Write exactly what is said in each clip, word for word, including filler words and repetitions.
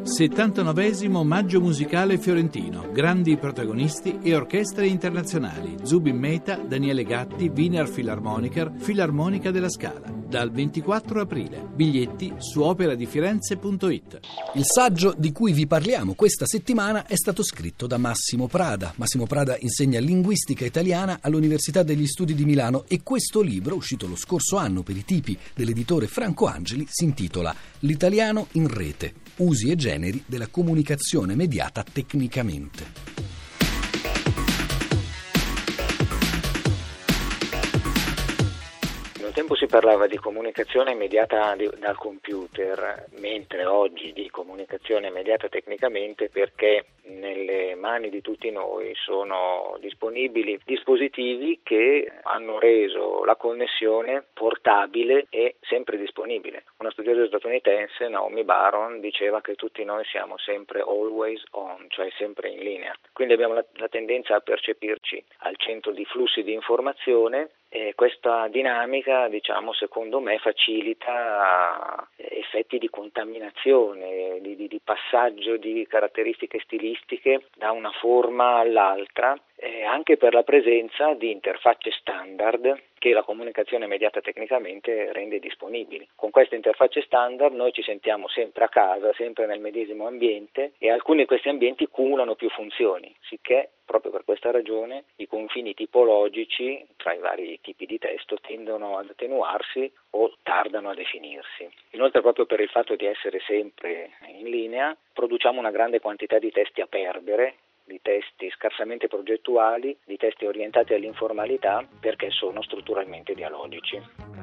settantanovesimo Maggio Musicale Fiorentino. Grandi protagonisti e orchestre internazionali. Zubin Mehta, Daniele Gatti, Wiener Philharmoniker, Filarmonica della Scala. Dal ventiquattro aprile. Biglietti su operadifirenze punto it. Il saggio di cui vi parliamo questa settimana è stato scritto da Massimo Prada. Massimo Prada insegna linguistica italiana all'Università degli Studi di Milano e questo libro, uscito lo scorso anno per i tipi dell'editore Franco Angeli, si intitola L'italiano in rete, usi e generi della comunicazione mediata tecnicamente. Un tempo si parlava di comunicazione mediata di, dal computer, mentre oggi di comunicazione mediata tecnicamente, perché nelle mani di tutti noi sono disponibili dispositivi che hanno reso la connessione portabile e sempre disponibile. Una studiosa statunitense, Naomi Baron, diceva che tutti noi siamo sempre always on, cioè sempre in linea. Quindi abbiamo la, la tendenza a percepirci al centro di flussi di informazione. E questa dinamica, diciamo, secondo me facilita effetti di contaminazione, di, di, di passaggio di caratteristiche stilistiche da una forma all'altra, eh, anche per la presenza di interfacce standard che la comunicazione mediata tecnicamente rende disponibili. Con queste interfacce standard noi ci sentiamo sempre a casa, sempre nel medesimo ambiente, e alcuni di questi ambienti cumulano più funzioni, sicché proprio per questa ragione i confini tipologici tra i vari tipi di testo tendono ad attenuarsi o tardano a definirsi. Inoltre, proprio per il fatto di essere sempre in linea, produciamo una grande quantità di testi a perdere, di testi scarsamente progettuali, di testi orientati all'informalità, perché sono strutturalmente dialogici.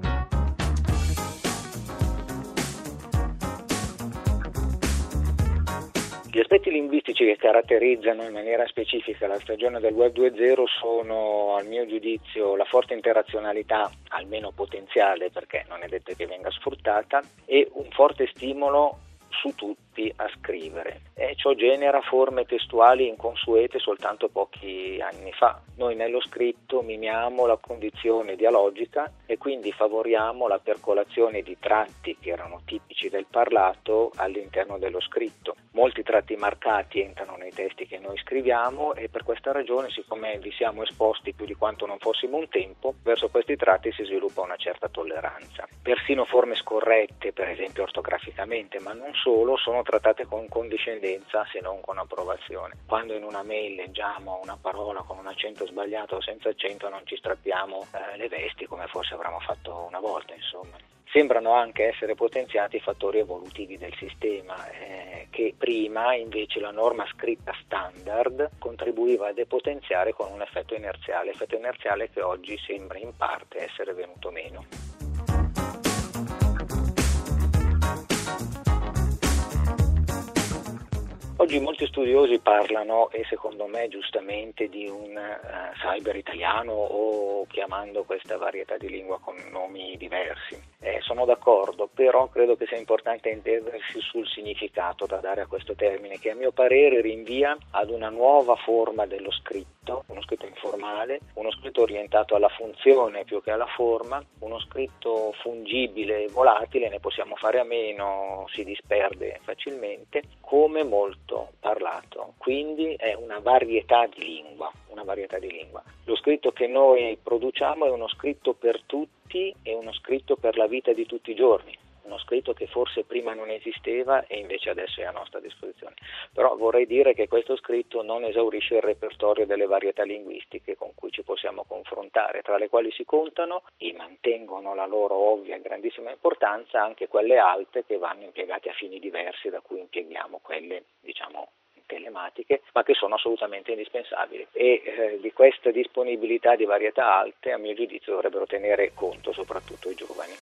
Gli aspetti linguistici che caratterizzano in maniera specifica la stagione del web due punto zero sono, al mio giudizio, la forte interazionalità, almeno potenziale, perché non è detto che venga sfruttata, e un forte stimolo su tutti a scrivere, e ciò genera forme testuali inconsuete soltanto pochi anni fa. Noi nello scritto mimiamo la condizione dialogica e quindi favoriamo la percolazione di tratti che erano tipici del parlato all'interno dello scritto. Molti tratti marcati entrano nei testi che noi scriviamo e per questa ragione, siccome vi siamo esposti più di quanto non fossimo un tempo, verso questi tratti si sviluppa una certa tolleranza. Persino forme scorrette, per esempio ortograficamente, ma non solo, sono trattate con condiscendenza se non con approvazione. Quando in una mail leggiamo una parola con un accento sbagliato o senza accento non ci strappiamo eh, le vesti come forse avremmo fatto una volta, insomma. Sembrano anche essere potenziati i fattori evolutivi del sistema, eh, che prima invece la norma scritta standard contribuiva a depotenziare con un effetto inerziale, effetto inerziale che oggi sembra in parte essere venuto meno. Oggi molti studiosi parlano, e secondo me giustamente, di un uh, cyber italiano, o chiamando questa varietà di lingua con nomi diversi. Eh, sono d'accordo, però credo che sia importante intendersi sul significato da dare a questo termine, che a mio parere rinvia ad una nuova forma dello scritto, uno scritto informale, uno scritto orientato alla funzione più che alla forma, uno scritto fungibile e volatile, ne possiamo fare a meno, si disperde facilmente, come molto parlato. Quindi è una varietà di lingua, una varietà di lingua. Lo scritto che noi produciamo è uno scritto per tutti e uno scritto per la vita di tutti i giorni. Uno scritto che forse prima non esisteva e invece adesso è a nostra disposizione. Però vorrei dire che questo scritto non esaurisce il repertorio delle varietà linguistiche con cui ci possiamo confrontare, tra le quali si contano e mantengono la loro ovvia e grandissima importanza anche quelle alte che vanno impiegate a fini diversi da cui impieghiamo quelle, diciamo, telematiche, ma che sono assolutamente indispensabili, e eh, di questa disponibilità di varietà alte, a mio giudizio, dovrebbero tenere conto soprattutto i giovani.